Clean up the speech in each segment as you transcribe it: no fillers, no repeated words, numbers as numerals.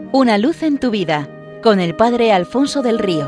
Una luz en tu vida, con el Padre Alfonso del Río.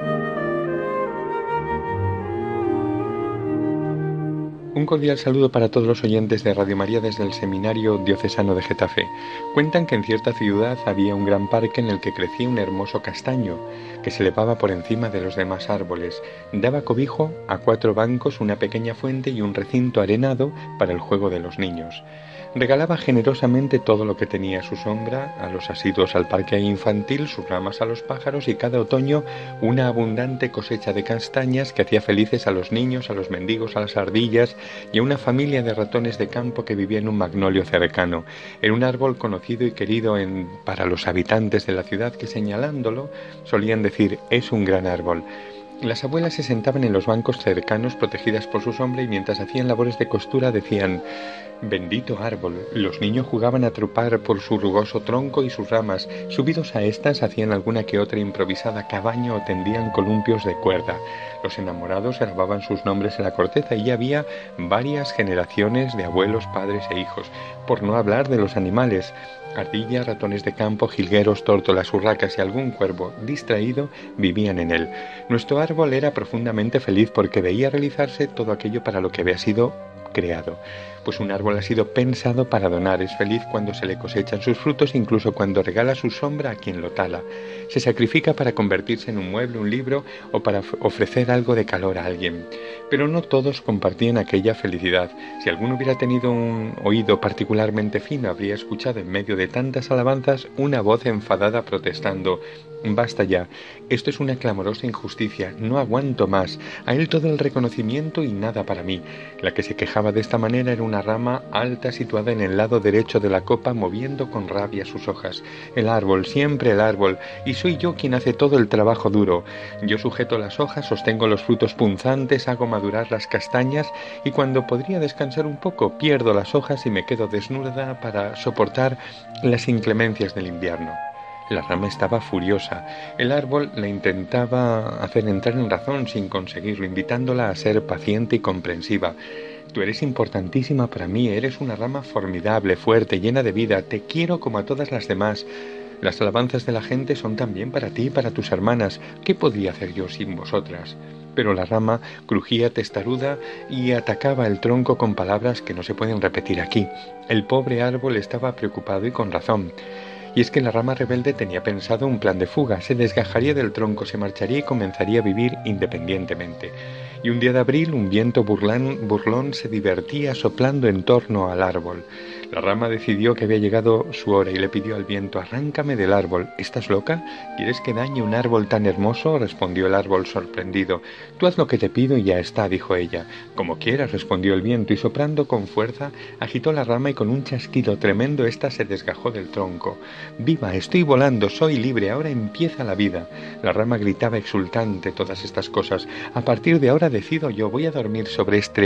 Un cordial saludo para todos los oyentes de Radio María desde el Seminario Diocesano de Getafe. Cuentan que en cierta ciudad había un gran parque en el que crecía un hermoso castaño, que se elevaba por encima de los demás árboles. Daba cobijo a 4 bancos, una pequeña fuente y un recinto arenado para el juego de los niños. Regalaba generosamente todo lo que tenía a su sombra a los asiduos al parque infantil, sus ramas a los pájaros y cada otoño una abundante cosecha de castañas que hacía felices a los niños, a los mendigos, a las ardillas y a una familia de ratones de campo que vivía en un magnolio cercano. Era un árbol conocido y querido para los habitantes de la ciudad que, señalándolo, solían decir: es un gran árbol. Las abuelas se sentaban en los bancos cercanos protegidas por su sombra y mientras hacían labores de costura decían: bendito árbol. Los niños jugaban a trepar por su rugoso tronco y sus ramas. Subidos a estas hacían alguna que otra improvisada cabaña o tendían columpios de cuerda. Los enamorados grababan sus nombres en la corteza y ya había varias generaciones de abuelos, padres e hijos, por no hablar de los animales. Ardillas, ratones de campo, jilgueros, tórtolas, urracas y algún cuervo distraído vivían en él. Nuestro árbol era profundamente feliz porque veía realizarse todo aquello para lo que había sido creado. Pues un árbol ha sido pensado para donar. Es feliz cuando se le cosechan sus frutos, incluso cuando regala su sombra a quien lo tala. Se sacrifica para convertirse en un mueble, un libro o para ofrecer algo de calor a alguien. Pero no todos compartían aquella felicidad. Si alguno hubiera tenido un oído particularmente fino, habría escuchado en medio de tantas alabanzas una voz enfadada protestando: basta ya, esto es una clamorosa injusticia, no aguanto más, a él todo el reconocimiento y nada para mí. La que se quejaba de esta manera era una rama alta situada en el lado derecho de la copa, moviendo con rabia sus hojas. El árbol, siempre el árbol, y soy yo quien hace todo el trabajo duro. Yo sujeto las hojas, sostengo los frutos punzantes, hago madurar las castañas y cuando podría descansar un poco, pierdo las hojas y me quedo desnuda para soportar las inclemencias del invierno. La rama estaba furiosa. El árbol la intentaba hacer entrar en razón sin conseguirlo, invitándola a ser paciente y comprensiva. Tú eres importantísima para mí, eres una rama formidable, fuerte, llena de vida. Te quiero como a todas las demás. Las alabanzas de la gente son también para ti y para tus hermanas. ¿Qué podría hacer yo sin vosotras? Pero la rama crujía testaruda y atacaba el tronco con palabras que no se pueden repetir aquí. El pobre árbol estaba preocupado y con razón. Y es que la rama rebelde tenía pensado un plan de fuga. Se desgajaría del tronco, se marcharía y comenzaría a vivir independientemente. Y un día de abril un viento burlón se divertía soplando en torno al árbol. La rama decidió que había llegado su hora y le pidió al viento: arráncame del árbol. ¿Estás loca? ¿Quieres que dañe un árbol tan hermoso? Respondió el árbol sorprendido. Tú haz lo que te pido y ya está, dijo ella. Como quieras, respondió el viento, y soplando con fuerza agitó la rama y con un chasquido tremendo ésta se desgajó del tronco. Viva, estoy volando, soy libre, ahora empieza la vida. La rama gritaba exultante todas estas cosas. A partir de ahora decido yo, voy a dormir sobre este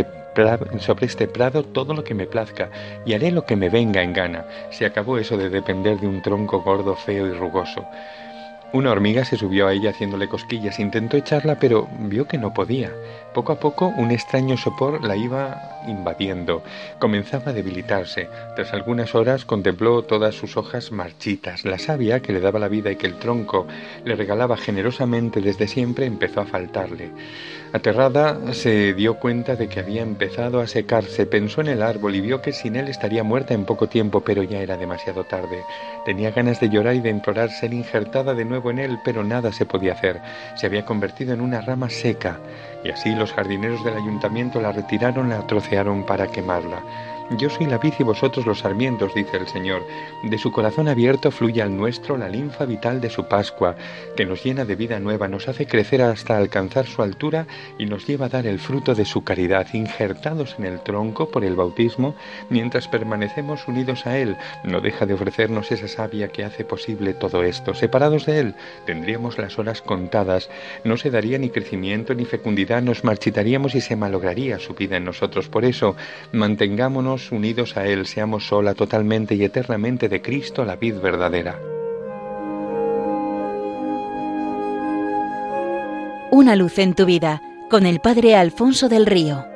prado todo lo que me plazca y haré lo que me venga en gana. Se acabó eso de depender de un tronco gordo, feo y rugoso. Una hormiga se subió a ella haciéndole cosquillas, intentó echarla pero vio que no podía. Poco a poco un extraño sopor la iba invadiendo, comenzaba a debilitarse. Tras algunas horas contempló todas sus hojas marchitas. La savia que le daba la vida y que el tronco le regalaba generosamente desde siempre empezó a faltarle. Aterrada se dio cuenta de que había empezado a secarse, pensó en el árbol y vio que sin él estaría muerta en poco tiempo, pero ya era demasiado tarde. Tenía ganas de llorar y de implorar ser injertada de nuevo en él, pero nada se podía hacer. Se había convertido en una rama seca, y así los jardineros del ayuntamiento la retiraron, la trocearon para quemarla. Yo soy la vid y vosotros los sarmientos, dice el Señor. De su corazón abierto fluye al nuestro la linfa vital de su Pascua, que nos llena de vida nueva, nos hace crecer hasta alcanzar su altura y nos lleva a dar el fruto de su caridad, injertados en el tronco por el bautismo, mientras permanecemos unidos a Él. No deja de ofrecernos esa savia que hace posible todo esto. Separados de Él, tendríamos las horas contadas, no se daría ni crecimiento ni fecundidad, nos marchitaríamos y se malograría su vida en nosotros. Por eso, mantengámonos unidos a Él, seamos sola, totalmente y eternamente de Cristo, la vid verdadera. Una luz en tu vida, con el Padre Alfonso del Río.